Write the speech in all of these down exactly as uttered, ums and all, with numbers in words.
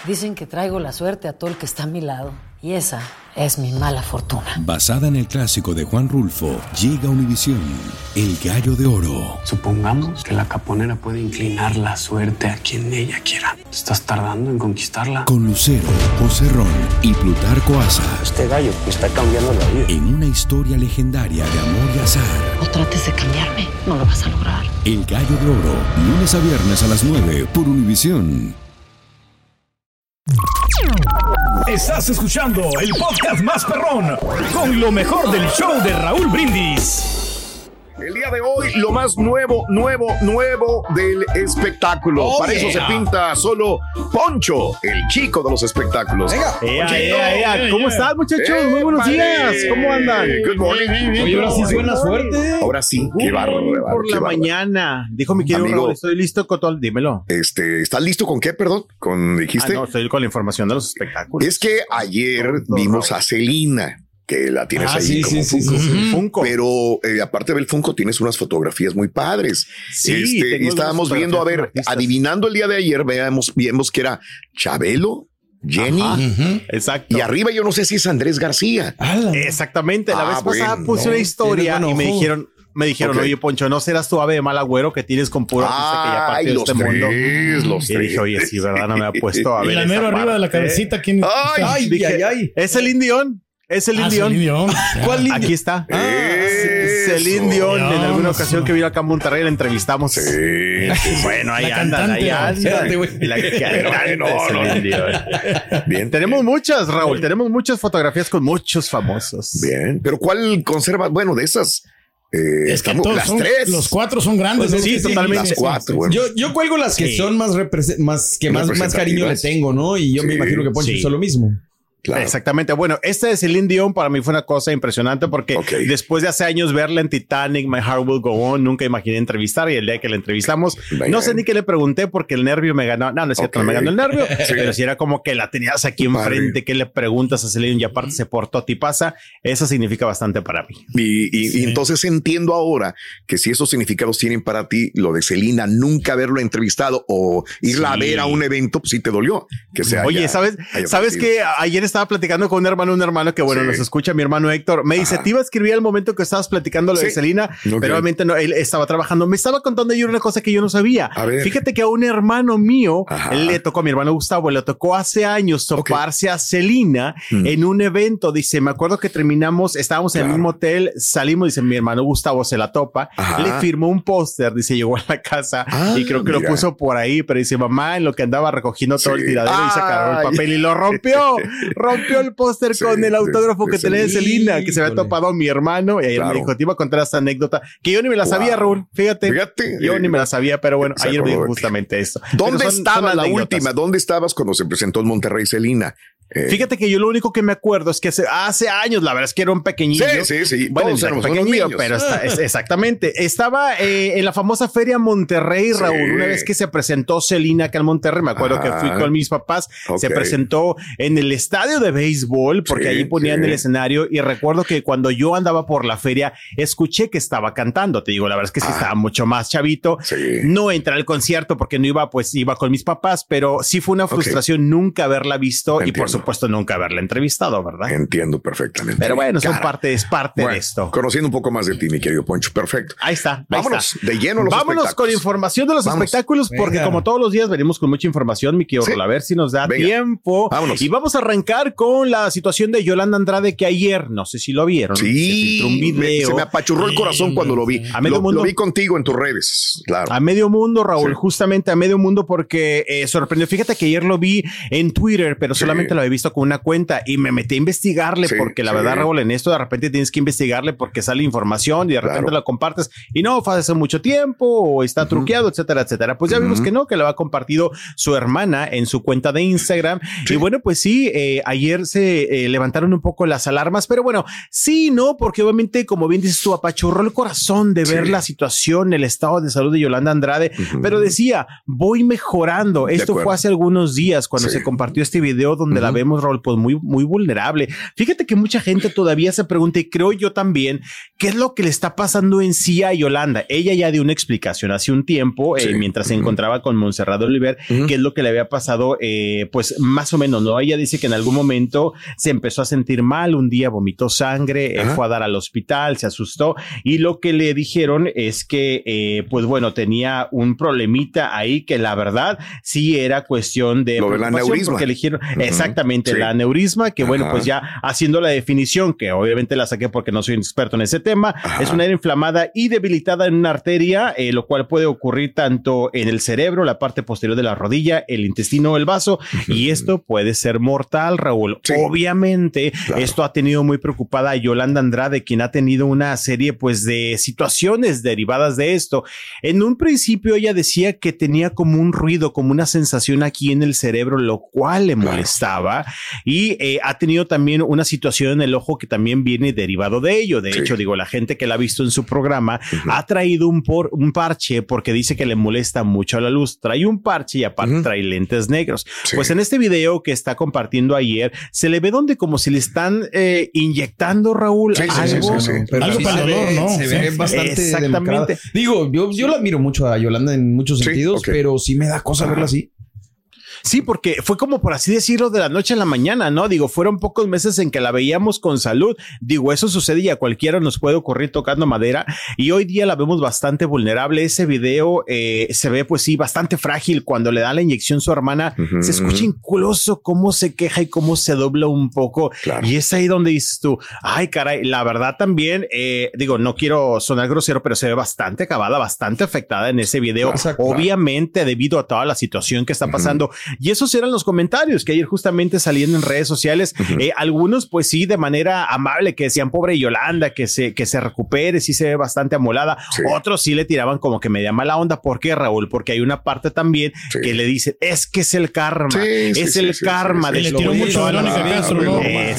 Dicen que traigo la suerte a todo el que está a mi lado. Y esa es mi mala fortuna. Basada en el clásico de Juan Rulfo, llega Univisión, El Gallo de Oro. Supongamos que la caponera puede inclinar la suerte a quien ella quiera. ¿Estás tardando en conquistarla? Con Lucero, José Ron y Plutarco Asa. Este gallo me está cambiando la vida. En una historia legendaria de amor y azar. No trates de cambiarme, no lo vas a lograr. El Gallo de Oro, lunes a viernes a las nueve por Univisión. Estás escuchando el podcast más perrón con lo mejor del show de Raúl Brindis. El día de hoy, lo más nuevo, nuevo, nuevo del espectáculo. Oh, Para yeah. eso se pinta solo Poncho, el chico de los espectáculos. Venga. Ea, ea, ea. ¿Cómo estás, muchachos? Eh, Muy buenos vale. días. ¿Cómo andan? Good morning. Oye, ahora sí suena fuerte. Ahora sí, qué bárbaro. Por la mañana. Dijo mi querido Raúl, estoy listo con todo. Dímelo. Este, ¿estás listo con qué, perdón? ¿Con dijiste? Ah, no, estoy con la información de los espectáculos. Es que ayer todo, vimos todo. a Selena. Que la tienes ah, ahí sí, como sí, Funko. Sí, sí, Funko. Pero eh, aparte del Funko tienes unas fotografías muy padres. Sí, este, y estábamos viendo, a ver, adivinando el día de ayer, veamos, vimos que era Chabelo, Jenny. Ajá, uh-huh. Exacto. Y arriba yo no sé si es Andrés García. Ah, Exactamente. La ah, vez bueno, pasada puse no, una historia y me dijeron... Me dijeron, okay. oye, Poncho, ¿no serás tu ave de mal agüero que tienes con puro artista que ya partió de este tres, mundo? Los y tres. dije, oye, sí, ¿verdad? No me ha puesto a ver. Y la mero arriba de la cabecita, ¿quién es? Ay, ay, dije, ay, ay. Es el Indión. Es el Indión. Ah, ¿Cuál Indión? Aquí está. Ah, es el Indión. En alguna ocasión que vino acá a Monterrey la entrevistamos. Sí. Bueno, ahí andan, ahí andan. La cantante no, es el Indión. Bien. Tenemos muchas, Raúl. Tenemos muchas fotografías con muchos famosos. Bien. Pero ¿cuál conserva? Bueno, de esas... Eh, es que todos las son, tres. Los cuatro son grandes. Pues sí, sí, totalmente. Las cuatro. Bueno. Yo, yo cuelgo las que sí. son más, represe- más que más, más cariño le tengo, ¿no? Y yo sí. me imagino que Poncho sí. hizo lo mismo. Claro. Exactamente. Bueno, este de Celine Dion para mí fue una cosa impresionante porque okay. después de hace años verla en Titanic, My Heart Will Go On, nunca imaginé entrevistar y el día que la entrevistamos, Venga. no sé ni qué le pregunté porque el nervio me ganó. No, no es cierto, okay. no me ganó el nervio, sí. pero si era como que la tenías aquí enfrente, que le preguntas a Celine y aparte se portó tipaza, eso significa bastante para mí. Y, y, sí. y entonces entiendo ahora que si esos significados tienen para ti lo de Selena, nunca haberlo entrevistado o irla sí. a ver a un evento, pues sí te dolió. Que se haya, Oye, ¿sabes? ¿Sabes que ayer estaba platicando con un hermano, un hermano que bueno, sí. nos escucha mi hermano Héctor, me dice, Ajá. te iba a escribir al momento que estabas platicando lo sí. de Selena, okay. pero obviamente no, él estaba trabajando, me estaba contando ayer una cosa que yo no sabía. Fíjate que a un hermano mío, él le tocó, a mi hermano Gustavo, le tocó hace años toparse okay. a Selena mm. en un evento, dice, me acuerdo que terminamos, estábamos claro. en el mismo hotel, salimos, dice, mi hermano Gustavo se la topa, Ajá. le firmó un póster, dice, llegó a la casa ah, y creo que mira. lo puso por ahí, pero dice, mamá, en lo que andaba recogiendo todo sí. el tiradero Ay. y sacaron el papel y lo rompió, rompió el póster sí, con el autógrafo de, que tenía de Selena, que se había topado mi hermano, y ayer claro. me dijo, te iba a contar esta anécdota, que yo ni me la sabía, wow. Raúl, fíjate, fíjate yo eh, ni me la sabía, pero bueno, ayer me dijo justamente esto. ¿Dónde son, estaba son la última? ¿Dónde estabas cuando se presentó en Monterrey Selena? Eh. Fíjate que yo lo único que me acuerdo es que hace, hace años, la verdad es que era un pequeñillo. Sí, sí, sí. Bueno, era un pequeñillo, pero está, es, exactamente. Estaba eh, en la famosa Feria Monterrey, sí. Raúl. Una vez que se presentó Selena acá en Monterrey, me acuerdo Ajá. que fui con mis papás, okay. se presentó en el estadio de béisbol, porque sí, allí ponían sí. el escenario. Y recuerdo que cuando yo andaba por la feria, escuché que estaba cantando. Te digo, la verdad es que sí ah. estaba mucho más chavito. Sí. No entré al concierto porque no iba, pues iba con mis papás, pero sí fue una frustración okay. nunca haberla visto Entiendo. y por supuesto nunca haberla entrevistado, ¿verdad? Entiendo perfectamente. Pero bueno, son parte, es parte bueno, de esto. Conociendo un poco más de ti, mi querido Poncho, perfecto. Ahí está. Ahí Vámonos está. de lleno a los Vámonos con información de los Vamos. espectáculos, Venga. porque como todos los días venimos con mucha información, mi querido, sí. a ver si nos da Venga. tiempo. Vámonos. Y vamos a arrancar con la situación de Yolanda Andrade, que ayer, no sé si lo vieron, sí, se un video. Me, se me apachurró el corazón cuando lo vi. A medio lo, mundo. Lo vi contigo en tus redes, claro. A medio mundo, Raúl, sí. justamente a medio mundo, porque eh, sorprendió. Fíjate que ayer lo vi en Twitter, pero sí. solamente lo había visto con una cuenta y me metí a investigarle, sí, porque la sí. verdad, Raúl, en esto de repente tienes que investigarle porque sale información y de repente claro. la compartes y no, fue hace mucho tiempo o está uh-huh. truqueado, etcétera, etcétera. Pues ya uh-huh. vimos que no, que lo ha compartido su hermana en su cuenta de Instagram. Sí. Y bueno, pues sí, eh, ayer se eh, levantaron un poco las alarmas, pero bueno, sí, no, porque obviamente, como bien dices tú, apachurró el corazón de ver sí. la situación, el estado de salud de Yolanda Andrade, pero decía, voy mejorando. Esto fue hace algunos días cuando sí. se compartió este video donde uh-huh. la vemos, Raúl, pues muy, muy vulnerable. Fíjate que mucha gente todavía se pregunta, y creo yo también, ¿qué es lo que le está pasando en sí a Yolanda? Ella ya dio una explicación hace un tiempo, sí. eh, mientras se uh-huh. encontraba con Montserrat Oliver, uh-huh. qué es lo que le había pasado, eh, pues más o menos, ¿no? Ella dice que en algún momento se empezó a sentir mal, un día vomitó sangre, uh-huh. eh, fue a dar al hospital, se asustó, y lo que le dijeron es que, eh, pues bueno, tenía un problemita ahí que la verdad sí era cuestión de... Lo del aneurisma. Porque eligieron, uh-huh. exactamente, sí. el aneurisma, que uh-huh. bueno, pues ya haciendo la definición, que obviamente la saqué porque no soy un experto en ese tema, uh-huh. es una área inflamada y debilitada en una arteria, eh, lo cual puede ocurrir tanto en el cerebro, la parte posterior de la rodilla, el intestino o el vaso, uh-huh. y esto puede ser mortal, Raúl. Sí. Obviamente, claro. esto ha tenido muy preocupada a Yolanda Andrade, quien ha tenido una serie pues de situaciones derivadas de esto. En un principio ella decía que tenía como un ruido, como una sensación aquí en el cerebro, lo cual le molestaba, claro. y eh, ha tenido también una situación en el ojo que también viene derivado de ello. De sí. hecho, digo, la gente que la ha visto en su programa uh-huh. ha traído un, por, un parche porque dice que le molesta mucho la luz. Trae un parche y aparte uh-huh. trae lentes negros. Sí. Pues en este video que está compartiendo ayer, se le ve donde como si le están eh, inyectando, Raúl, sí, algo. Sí, sí, sí. Pero algo sí para se, dolor, ve, ¿no? se ve Sí. bastante Exactamente. demacrada. Digo, yo, yo la admiro mucho a Yolanda en muchos sí, sentidos, okay. pero sí me da cosa verla así. Sí, porque fue como por así decirlo de la noche a la mañana, ¿no? Digo, fueron pocos meses en que la veíamos con salud. Digo, eso sucede y a cualquiera nos puede ocurrir tocando madera y hoy día la vemos bastante vulnerable. Ese video eh, se ve pues sí bastante frágil. Cuando le da la inyección su hermana, uh-huh. se escucha incluso cómo se queja y cómo se dobla un poco. Claro. Y es ahí donde dices tú, ay caray, la verdad también, eh, digo, no quiero sonar grosero, pero se ve bastante acabada, bastante afectada en ese video. Exacto. Obviamente debido a toda la situación que está pasando. Uh-huh. Y esos eran los comentarios que ayer justamente salían en redes sociales. Uh-huh. Eh, algunos, pues sí, de manera amable, que decían pobre Yolanda, que se, que se recupere, sí se ve bastante amolada. Sí. Otros sí le tiraban como que media mala onda. ¿Por qué, Raúl? Porque hay una parte también sí. que le dice, es que es el karma, sí, es sí, el sí, karma. Sí, sí, de sí. Le tiró mucho a Verónica Castro, ¿no?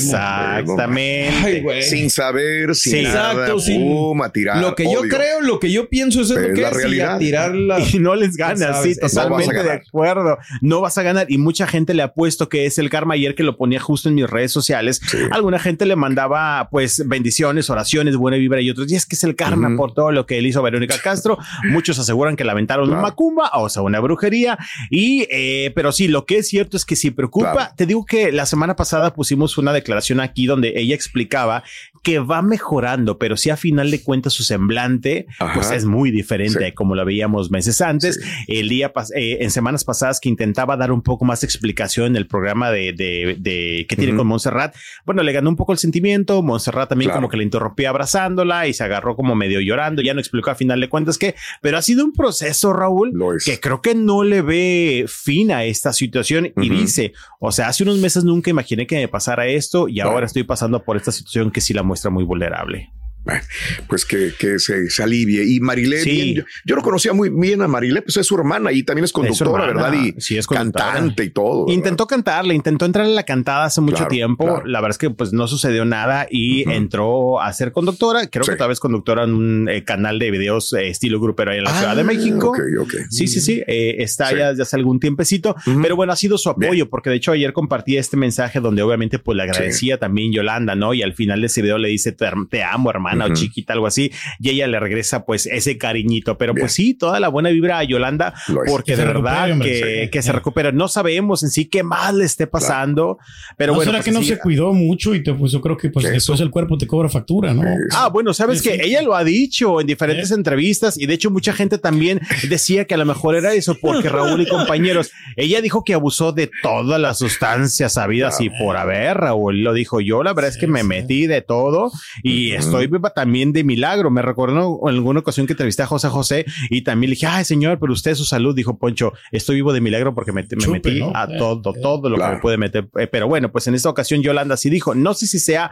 Exactamente. Ay, sin saber, sin sí. nada, Exacto, sin, pum, a tirar lo que yo odio. creo, lo que yo pienso eso es lo que la es realidad. Y a tirarla. Y no les ganas, sí, totalmente no de acuerdo. No vas a ganar. Y mucha gente le ha puesto que es el karma. Ayer que lo ponía justo en mis redes sociales, sí. alguna gente le mandaba pues bendiciones, oraciones, buena vibra y otros. Y es que es el karma uh-huh. por todo lo que él hizo a Verónica Castro. Muchos aseguran que la aventaron claro. una macumba, o sea, una brujería. Y, eh, pero sí, lo que es cierto es que sí preocupa. Claro. Te digo que la semana pasada pusimos una declaración aquí donde ella explicaba que va mejorando, pero sí a final de cuentas su semblante Ajá. pues es muy diferente sí. a como la veíamos meses antes. Sí. El día eh, en semanas pasadas que intentaba dar un poco más de explicación en el programa de, de, de que tiene uh-huh. con Montserrat, bueno, le ganó un poco el sentimiento. Montserrat también claro. como que le interrumpió abrazándola y se agarró como medio llorando. Ya no explicó a final de cuentas qué, pero ha sido un proceso, Raúl, que creo que no le ve fin a esta situación uh-huh. y dice, o sea, hace unos meses nunca imaginé que me pasara esto y no. ahora estoy pasando por esta situación que sí la muestra muy vulnerable. Pues que, que se, se alivie. Y Marilé, sí. bien, yo, yo no conocía muy bien a Marilé, pues es su hermana y también es conductora, es ¿verdad? Y sí, es cantante y todo. ¿verdad? Intentó cantarle, intentó entrar en la cantada hace mucho claro, tiempo. Claro. La verdad es que pues no sucedió nada y uh-huh. entró a ser conductora. Creo sí. que tal vez conductora en un eh, canal de videos eh, estilo grupero ahí en la ah, Ciudad de México. Okay, okay. Sí, sí, sí. Eh, está sí. ya desde hace algún tiempecito, uh-huh. pero bueno, ha sido su apoyo bien. Porque de hecho ayer compartía este mensaje donde obviamente pues le agradecía sí. también Yolanda, ¿no? Y al final de ese video le dice te, te amo, hermana uh-huh. o chiquita, algo así. Y ella le regresa pues ese cariñito, pero bien. Pues sí, toda la buena vibra a Yolanda, porque de verdad que, sí. que se recupera. No sabemos en sí qué más le esté pasando, claro. pero ¿No bueno. ¿Será pues que no sí. se cuidó mucho y te, pues yo creo que pues después el cuerpo te cobra factura, ¿no? Ah, bueno, sabes sí, que sí. ella lo ha dicho en diferentes ¿Eh? entrevistas y de hecho mucha gente también decía que a lo mejor era eso porque Raúl y compañeros, ella dijo que abusó de todas las sustancias habidas claro. y por haber, Raúl lo dijo. Yo la verdad sí, es que me sí. metí de todo y uh-huh. estoy viva también de milagro. Me recordó en alguna ocasión que entrevisté a José José y también le dije, ay señor, pero usted su salud, dijo Poncho, estoy vivo de milagro porque me, me Chupe, metí ¿no? a todo, todo lo claro. que me puede meter. Eh, pero bueno, pues en esta ocasión Yolanda sí dijo, no sé si sea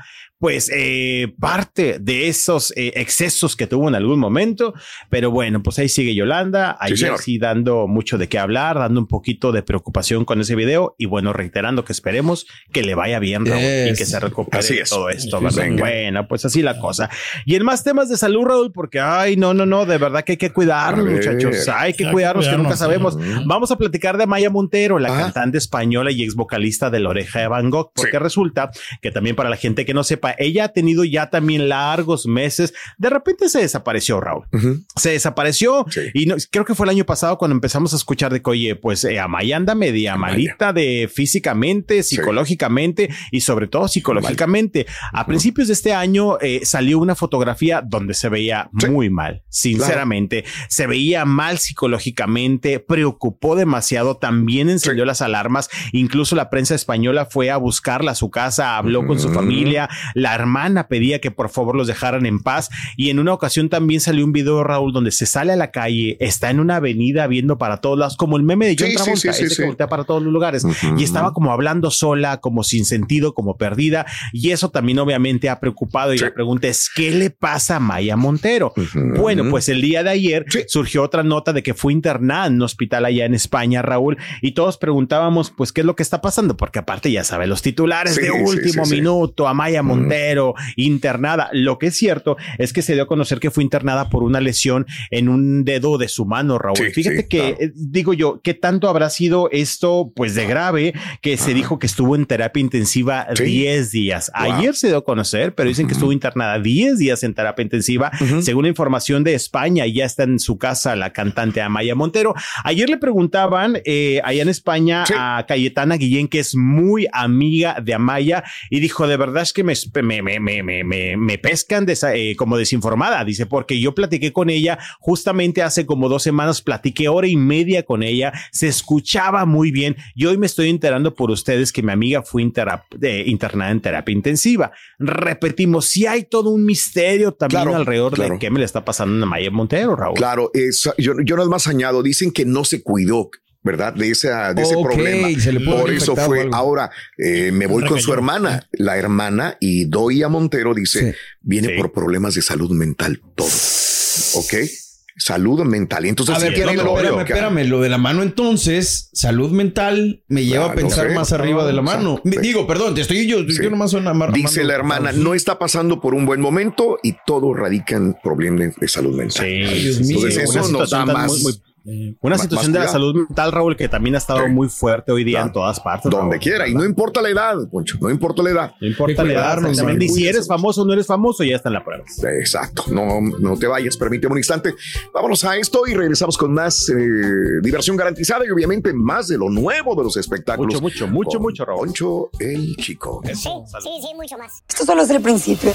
pues eh, parte de esos eh, excesos que tuvo en algún momento, pero bueno, pues ahí sigue Yolanda, ayer sí, sí dando mucho de qué hablar, dando un poquito de preocupación con ese video y bueno, reiterando que esperemos que le vaya bien, Raúl, yes. y que se recupere de todo esto, ¿verdad? Bueno, pues así la cosa. Y en más temas de salud, Raúl, porque ay, no, no, no, de verdad que hay que cuidarnos, muchachos, hay que hay cuidarnos, que, que nunca sabemos. Uh-huh. Vamos a platicar de Amaya Montero, la ah. cantante española y ex vocalista de La Oreja de Van Gogh, porque sí. resulta que también para la gente que no sepa, ella ha tenido ya también largos meses, de repente se desapareció, Raúl, uh-huh. se desapareció sí. y no, creo que fue el año pasado cuando empezamos a escuchar de que, oye, pues eh, Amaya anda media Amaya. malita de físicamente, psicológicamente sí. y sobre todo psicológicamente. A uh-huh. principios de este año eh, salió una fotografía donde se veía sí. muy mal, sinceramente, claro. se veía mal psicológicamente, preocupó demasiado, también encendió sí. las alarmas, incluso la prensa española fue a buscarla a su casa, habló uh-huh. con su familia, la hermana pedía que por favor los dejaran en paz y en una ocasión también salió un video, Raúl, donde se sale a la calle, está en una avenida viendo para todos lados, como el meme de John sí, Travolta, sí, sí, ese sí, que voltea sí. para todos los lugares uh-huh. y estaba como hablando sola, como sin sentido, como perdida y eso también obviamente ha preocupado y sí. la pregunta es, ¿qué le pasa a Amaya Montero? Uh-huh. Bueno, pues el día de ayer sí. surgió otra nota de que fue internada en un hospital allá en España, Raúl, y todos preguntábamos, pues, ¿qué es lo que está pasando? Porque aparte ya sabe, los titulares sí, de último sí, sí, minuto, sí. Amaya Montero uh-huh. internada. Lo que es cierto es que se dio a conocer que fue internada por una lesión en un dedo de su mano, Raúl. Sí, Fíjate sí, que, claro. eh, digo yo, ¿qué tanto habrá sido esto, pues, de grave que uh-huh. se dijo que estuvo en terapia intensiva diez sí. días? Wow. Ayer se dio a conocer, pero dicen uh-huh. que estuvo internada diez días en terapia intensiva. Uh-huh. Según la información de España, ya está en su casa la cantante Amaya Montero. Ayer le preguntaban eh, allá en España sí. a Cayetana Guillén, que es muy amiga de Amaya, y dijo, de verdad es que me, me, me, me, me, me pescan de, eh, como desinformada. Dice, porque yo platiqué con ella justamente hace como dos semanas, platiqué hora y media con ella, se escuchaba muy bien y hoy me estoy enterando por ustedes que mi amiga fue interap- eh, internada en terapia intensiva. Repetimos, si sí hay todo un misterio también claro, alrededor claro. de qué me le está pasando a Amaya Montero, Raúl. Claro, es, yo, yo no más añado, dicen que no se cuidó, ¿verdad? De, esa, de ese okay, problema. Por eso fue. Algo. Ahora eh, me voy con su hermana, la hermana y Doya Montero dice, sí. viene sí. por problemas de salud mental todo. ¿Ok? Salud mental. Entonces, a ver, si no, no, espérame, espérame, lo de la mano entonces, salud mental me lleva ah, a pensar no sé, más arriba no, de la mano. O sea, Digo, perdón, te estoy yo, sí. yo nomás soy una mar- Dice mano, la hermana, no está pasando por un buen momento y todo radica en problemas de salud mental. Sí, entonces eso nos da más... Muy, muy... Eh, una situación de la salud mental, Raúl, que también ha estado sí. muy fuerte hoy día claro. en todas partes. Donde Raúl, quiera. Y no importa la edad, Poncho. No importa la edad. No importa la edad. No, no, y si eres famoso o no eres famoso, ya está en la prueba. Exacto. No, no te vayas. Permíteme un instante. Vámonos a esto y regresamos con más eh, diversión garantizada y obviamente más de lo nuevo de los espectáculos. Mucho, mucho, mucho, mucho, Raúl. Poncho el Chico. Eso. Sí, sí, sí, mucho más. Esto solo es el principio.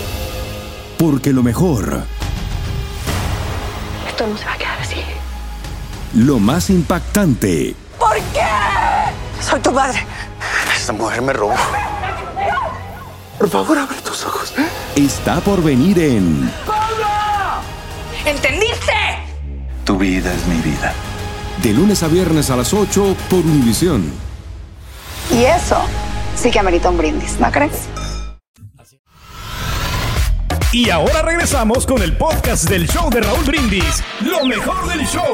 Porque lo mejor... Esto no se va a quedar así. Lo más impactante. ¿Por qué? Soy tu madre. Esta mujer me robó. Por favor, abre tus ojos. Está por venir en... ¡Pablo! ¿Entendiste? Tu vida es mi vida. De lunes a viernes a las ocho por Univisión. Y eso sí que amerita un brindis, ¿no crees? Y ahora regresamos con el podcast del show de Raúl Brindis. Lo mejor del show.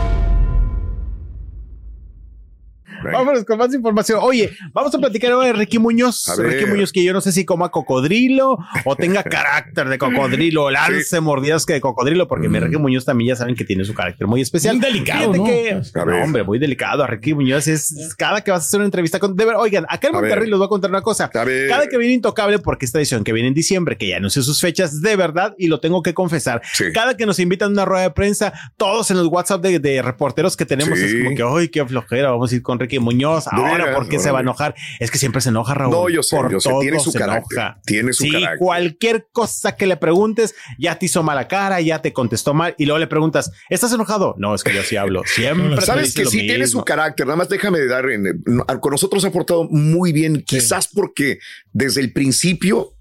Vámonos con más información. Oye, vamos a platicar ahora de Ricky Muñoz. Ricky Muñoz, que yo no sé si coma cocodrilo o tenga carácter de cocodrilo o lance sí. mordidas que de cocodrilo, porque mm. mi Ricky Muñoz también ya saben que tiene su carácter muy especial. Muy delicado, ¿no? Que, no, hombre, muy delicado. A Ricky Muñoz es cada que vas a hacer una entrevista con... De ver, oigan, acá en Monterrey les voy a contar una cosa. Cada que viene Intocable, porque esta edición que viene en diciembre, que ya no sé sus fechas, de verdad, y lo tengo que confesar, sí. cada que nos invitan a una rueda de prensa, todos en los WhatsApp de, de reporteros que tenemos, sí. es como que, ¡ay, qué flojera! Vamos a ir con Ricky Muñoz. Ahora, ¿por qué se va a enojar? Es que siempre se enoja, Raúl. No, yo sé, por yo sé. todo Tiene su se carácter. Enoja. Tiene su sí, carácter. Cualquier cosa que le preguntes, ya te hizo mala cara, ya te contestó mal, y luego le preguntas, ¿estás enojado? No, es que yo sí hablo. Siempre. Sabes que sí mismo. Tiene su carácter. Nada más déjame dar en, con nosotros ha portado muy bien, sí. quizás porque desde el principio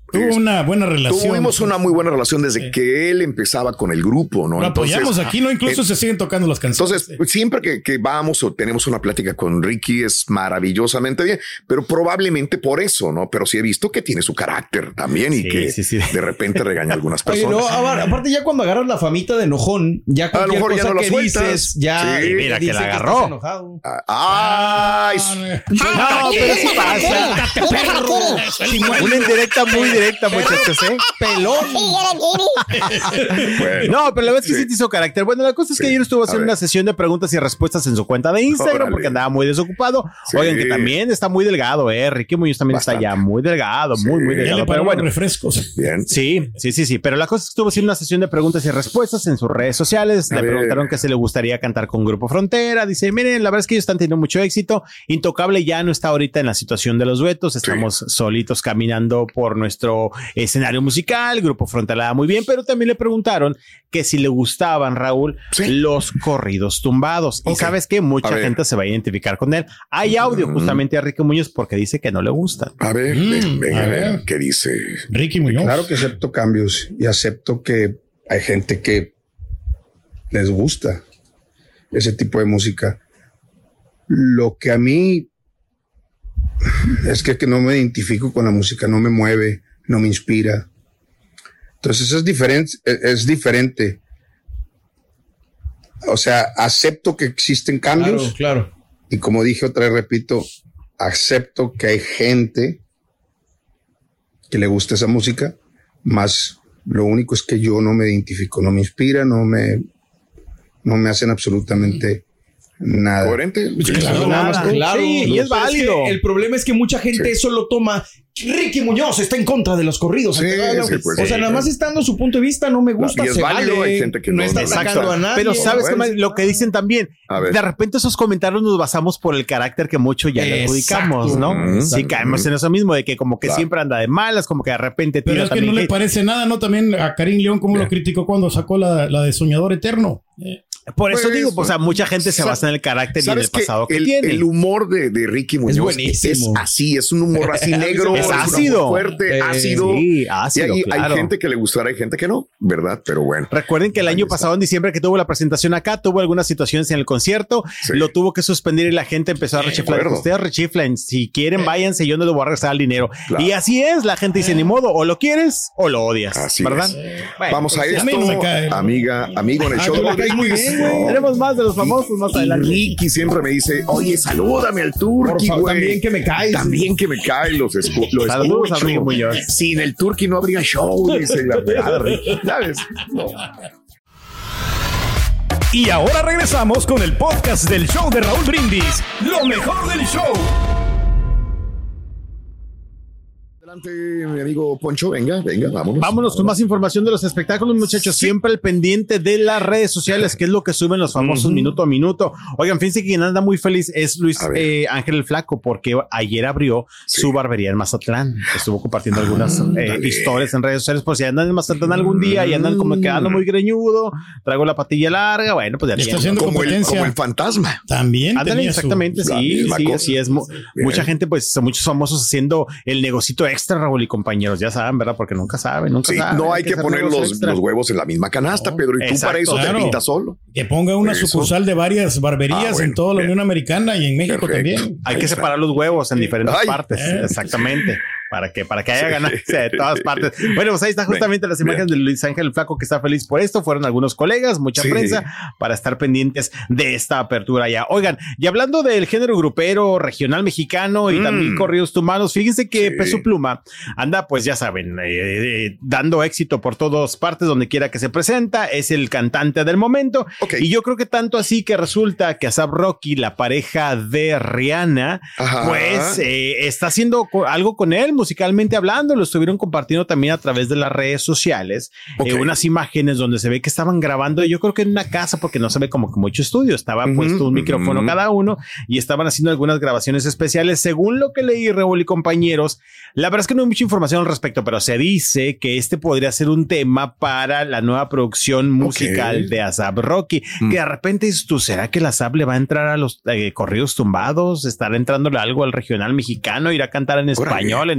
Tuvo es, una buena relación. Tuvimos una muy buena relación desde eh. que él empezaba con el grupo, ¿no? Lo apoyamos entonces, aquí, ¿no? Incluso eh, se siguen tocando las canciones. Entonces, eh. siempre que, que vamos o tenemos una plática con Ricky es maravillosamente bien, pero probablemente por eso, ¿no? Pero sí he visto que tiene su carácter también y sí, que sí, sí. de repente regaña a algunas personas. Oye, no, aparte ya cuando agarras la famita de enojón, ya cualquier cosa ya no que dices, ya sí, mira que la agarró. Que ¡Ay! No, pero sí pasa. Perro. Una indirecta muy directa, muchachos, ¿eh? Pelón. Bueno, no, pero la verdad es que sí. sí te hizo carácter. Bueno, la cosa es que sí. ayer estuvo haciendo una sesión de preguntas y respuestas en su cuenta de Instagram. Órale. Porque andaba muy desocupado. Sí. Oigan, que también está muy delgado, ¿eh? Ricky Muñoz también Bastante. está ya muy delgado, sí. muy, muy delgado. Pero bueno, refrescos. Bien. Sí, sí, sí, sí. Pero la cosa es que estuvo haciendo una sesión de preguntas y respuestas en sus redes sociales. A le ver. preguntaron que se le gustaría cantar con Grupo Frontera. Dice, miren, la verdad es que ellos están teniendo mucho éxito. Intocable ya no está ahorita en la situación de los duetos. Estamos sí. solitos caminando por nuestro escenario musical. Grupo Frontera da muy bien, pero también le preguntaron que si le gustaban, Raúl, sí. los corridos tumbados. Okay. Y sabes que mucha gente se va a identificar con él. Hay audio mm. justamente a Ricky Muñoz porque dice que no le gustan. A ver, mm. ven, ven, a ver, ¿qué dice Ricky Muñoz? Claro que acepto cambios y acepto que hay gente que les gusta ese tipo de música. Lo que a mí es que, que no me identifico con la música, no me mueve, no me inspira. Entonces es diferente, es diferente. O sea, acepto que existen cambios. Claro, claro. Y como dije otra vez, repito, acepto que hay gente que le gusta esa música, más lo único es que yo no me identifico, no me inspira, no me, no me hacen absolutamente nada. ¿Coherente? Sí, claro, nada más, claro. Sí, y es válido. Es el problema es que mucha gente sí. eso lo toma. Ricky Muñoz está en contra de los corridos. Sí, sí, pues, o sea, sí, nada más está dando su punto de vista, no me gusta, no, y es se válido, vale, hay gente que no, no está no, atacando no, a nadie. Pero sabes que lo que dicen también, de repente esos comentarios nos basamos por el carácter que mucho ya le adjudicamos, ¿no? Mm, sí, caemos mm, en eso mismo, de que como que claro. siempre anda de malas, como que de repente tira. Pero es que no que... le parece nada, ¿no? También a Karim León, como yeah. lo criticó cuando sacó la, la de Soñador Eterno. Eh. Por eso pues, digo, pues, o sea, mucha gente se basa en el carácter y en el pasado que, que el, tiene. El humor de, de Ricky Muñoz es, es así, es un humor así negro, es ácido, fuerte, eh, ácido. Sí, ácido. Y hay, claro. hay gente que le gustará, hay gente que no, ¿verdad? Pero bueno. Recuerden que el año pasado, en diciembre, que tuvo la presentación acá, tuvo algunas situaciones en el concierto, sí. lo tuvo que suspender y la gente empezó a rechiflar. Ustedes rechiflen, si quieren, váyanse, yo no les voy a regresar el dinero. Claro. Y así es, la gente dice, ni modo, o lo quieres o lo odias, así ¿verdad? Bueno, Vamos pues, a esto, a no cae, amiga, amigo en el ah, show. Muy bien, no. Tenemos más de los famosos más adelante. Ricky siempre me dice, oye, salúdame al Turqui, güey. También que me caes. También que me cae, los escu lo Saludos a Ricky Muñoz. Sin el Turqui no habría show, dice la verdad, Ricky. ¿Sabes? No. Y ahora regresamos con el podcast del show de Raúl Brindis. Lo mejor del show. Adelante, mi amigo Poncho, venga, venga, vámonos. Vámonos con más información de los espectáculos, muchachos. Sí. Siempre al pendiente de las redes sociales, que es lo que suben los famosos uh-huh. minuto a minuto. Oigan, fíjense que quien anda muy feliz es Luis eh, Ángel el Flaco, porque ayer abrió sí. su barbería en Mazatlán. Estuvo compartiendo ah, algunas eh, historias en redes sociales, por si andan en Mazatlán algún día y andan como quedando muy greñudo, traigo la patilla larga, bueno, pues ya está haciendo como competencia. El, como el fantasma. También. Ándale, exactamente, su, sí, sí, así es. Bien. Mucha gente, pues, muchos famosos haciendo el negocito extra, Raúl y compañeros, ya saben, ¿verdad? Porque nunca saben, nunca sí, saben. No hay que, que poner los, los huevos en la misma canasta, no, Pedro, y exacto, tú para eso claro. te pintas solo. Que ponga una eso. sucursal de varias barberías ah, bueno, en toda la Unión Americana y en México perfecto. también. Hay que separar los huevos en diferentes Ay, partes, eh. exactamente. Para que, para que haya ganancia de todas partes. Bueno, pues ahí están justamente bien, las imágenes bien. de Luis Ángel Flaco, que está feliz por esto. Fueron algunos colegas, mucha sí. prensa, para estar pendientes de esta apertura ya. Oigan, y hablando del género grupero regional mexicano y mm. también corridos tumbados, fíjense que sí. Peso Pluma anda, pues ya saben, eh, eh, dando éxito por todas partes, donde quiera que se presenta. Es el cantante del momento. Okay. Y yo creo que tanto así que resulta que A$AP Rocky, la pareja de Rihanna, Ajá. pues eh, está haciendo algo con él, musicalmente hablando. Lo estuvieron compartiendo también a través de las redes sociales, okay. eh, unas imágenes donde se ve que estaban grabando, yo creo que en una casa, porque no se ve como que mucho estudio, estaba uh-huh, puesto un uh-huh. micrófono cada uno y estaban haciendo algunas grabaciones especiales. Según lo que leí, Raúl y compañeros, la verdad es que no hay mucha información al respecto, pero se dice que este podría ser un tema para la nueva producción musical okay. de A$AP Rocky, mm. que de repente dices tú, ¿será que la A$AP le va a entrar a los eh, corridos tumbados? ¿Estará entrándole algo al regional mexicano? ¿Irá a cantar en español, en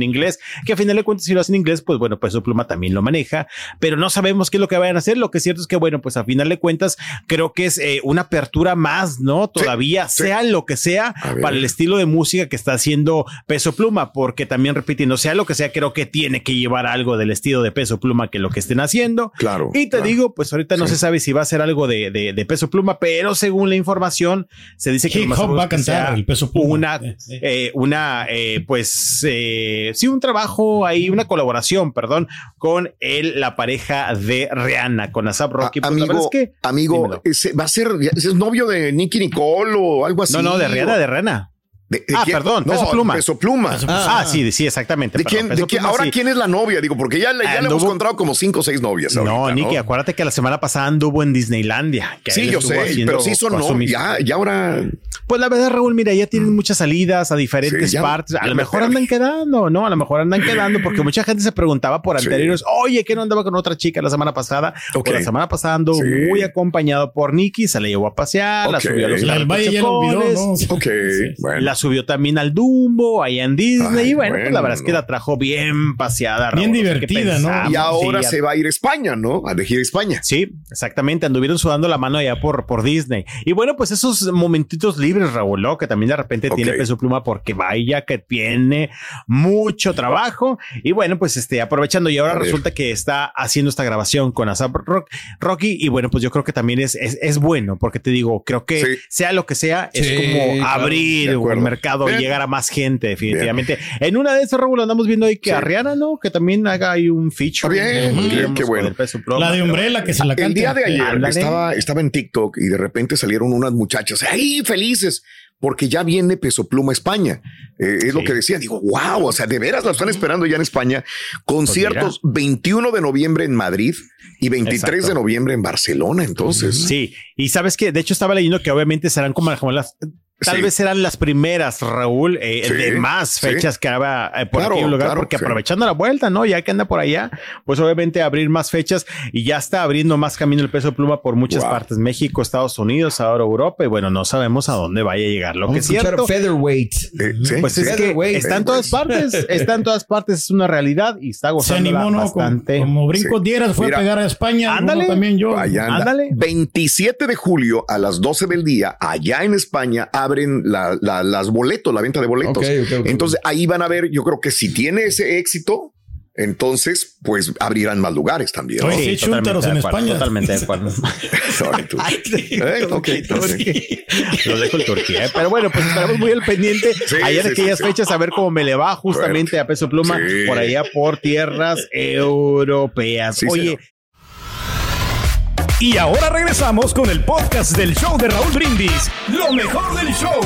inglés, que a final de cuentas si lo hacen en inglés, pues bueno, Peso Pluma también lo maneja, pero no sabemos qué es lo que vayan a hacer. Lo que es cierto es que bueno, pues a final de cuentas creo que es eh, una apertura más, ¿no? Todavía sí, sea sí. lo que sea para el estilo de música que está haciendo Peso Pluma, porque también repitiendo, sea lo que sea, creo que tiene que llevar algo del estilo de Peso Pluma que lo que estén haciendo. Claro. Y te claro. digo, pues ahorita no sí. se sabe si va a ser algo de, de, de Peso Pluma, pero según la información se dice que Hip Hop va a cantar el Peso Pluma. Una, eh, eh, una, eh, pues, eh, sí, un trabajo ahí, una colaboración, perdón, con él, la pareja de Rihanna, con A$AP Rocky. A, amigo, es que, amigo, ese, va a ser, ¿es novio de Nicki Nicole o algo así? No, no, de Rihanna, de Rihanna. De, de ah, quién? perdón, no, Peso Pluma. Peso Pluma. Ah, ah sí, sí, exactamente. ¿De quién, perdón, de quién, Pluma, ahora, sí. ¿quién es la novia? Digo, porque ya, ya le hemos encontrado como cinco o seis novias. No, ahorita, Nicky, ¿no? acuérdate que la semana pasada anduvo en Disneylandia. Que sí, yo sé, pero sí son novios. Ya, ya ahora. Pues la verdad, Raúl, mira, ya tienen muchas salidas a diferentes sí, ya, partes. A lo mejor andan quedando, ¿no? A lo mejor andan quedando porque mucha gente se preguntaba por anteriores. Sí. Oye, ¿qué no andaba con otra chica la semana pasada? Okay. Pues la semana pasada anduvo sí. muy acompañado por Nicky, se la llevó a pasear, okay. la subió a los la Valle ya lo olvidó, ¿no? Ok, sí. bueno. La subió también al Dumbo, ahí en Disney. Ay, y bueno, bueno, pues la verdad no. es que la trajo bien paseada. Bien Raúl, divertida, ¿no? Y ahora sí, se va a ir a España, ¿no? A elegir España. Sí, exactamente. Anduvieron sudando la mano allá por, por Disney. Y bueno, pues esos momentitos libres, Raúl, ¿no? Que también de repente okay. tiene Peso Pluma porque vaya que tiene mucho trabajo. Y bueno, pues este, aprovechando y ahora resulta que está haciendo esta grabación con A$AP Rocky. Y bueno, pues yo creo que también es, es, es bueno porque te digo, creo que sí. sea lo que sea, es sí, como abrir claro, el mercado bien. y llegar a más gente, definitivamente. Bien. En una de esas, Raúl, andamos viendo ahí que sí. a Rihanna, ¿no? Que también haga ahí un feature. Bien, bien, qué bueno. La de Umbrella que se la canta. El día de ayer estaba, estaba en TikTok y de repente salieron unas muchachas ahí felices porque ya viene Peso Pluma a España. Eh, es sí. lo que decía. Digo, wow, o sea, de veras la están esperando ya en España. Conciertos pues veintiuno de noviembre en Madrid y veintitrés Exacto. de noviembre en Barcelona. Entonces, sí. Y sabes que de hecho estaba leyendo que obviamente serán como, como las Tal sí. vez eran las primeras, Raúl, eh, sí, de más fechas sí. que habrá eh, por claro, aquí en lugar, claro, porque sí. aprovechando la vuelta, ¿no? Ya que anda por allá, pues obviamente abrir más fechas y ya está abriendo más camino el Peso Pluma por muchas wow. partes. México, Estados Unidos, ahora Europa y bueno, no sabemos a dónde vaya a llegar. Lo Vamos que es cierto. Featherweight. Eh, ¿sí? Pues es que está en todas partes, está en todas partes, es una realidad y está gozando Se animó, ¿no? bastante. Como, como Brinco sí. Dieras fue Mira, a pegar a España. Ándale. También yo. Allá anda. Ándale. veintisiete de julio a las doce del día, allá en España, abren la La, las boletos, la venta de boletos. Okay, okay, okay. Entonces ahí van a ver, yo creo que si tiene ese éxito, entonces pues abrirán más lugares también. ¿no? Sí, sí, chúntaros en España. Totalmente de acuerdo. Sorry, tú. Ay, sí, eh, okay, okay. Lo dejo el Turquía. Pero bueno, pues estaremos muy al pendiente. Sí, allá en sí, aquellas sí, fechas sí. a ver cómo me le va justamente Correcto. a Peso Pluma sí. por allá por tierras europeas. Sí, Oye. Señor. Y ahora regresamos con el podcast del show de Raúl Brindis. Lo mejor del show.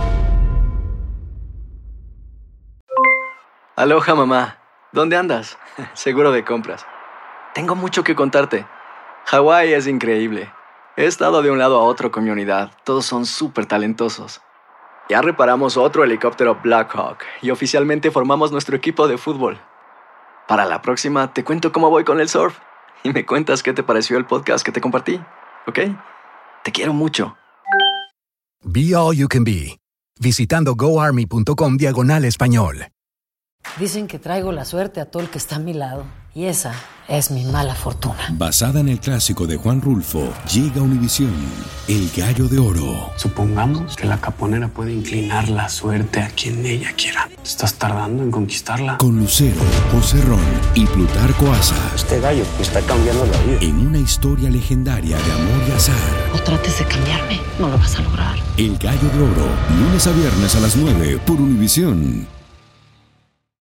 Aloha, mamá. ¿Dónde andas? Seguro de compras. Tengo mucho que contarte. Hawái es increíble. He estado de un lado a otro con mi unidad. Todos son súper talentosos. Ya reparamos otro helicóptero Blackhawk y oficialmente formamos nuestro equipo de fútbol. Para la próxima te cuento cómo voy con el surf. Y me cuentas qué te pareció el podcast que te compartí, ¿ok? Te quiero mucho. Be All You Can Be. Visitando goarmy.com diagonal español. Dicen que traigo la suerte a todo el que está a mi lado. Y esa es mi mala fortuna. Basada en el clásico de Juan Rulfo, llega Univisión, El Gallo de Oro. Supongamos que la caponera puede inclinar la suerte a quien ella quiera. ¿Estás tardando en conquistarla? Con Lucero, José Ron y Plutarco Asa. Este gallo me está cambiando la vida. En una historia legendaria de amor y azar. No trates de cambiarme, no lo vas a lograr. El Gallo de Oro, lunes a viernes a las nueve por Univisión.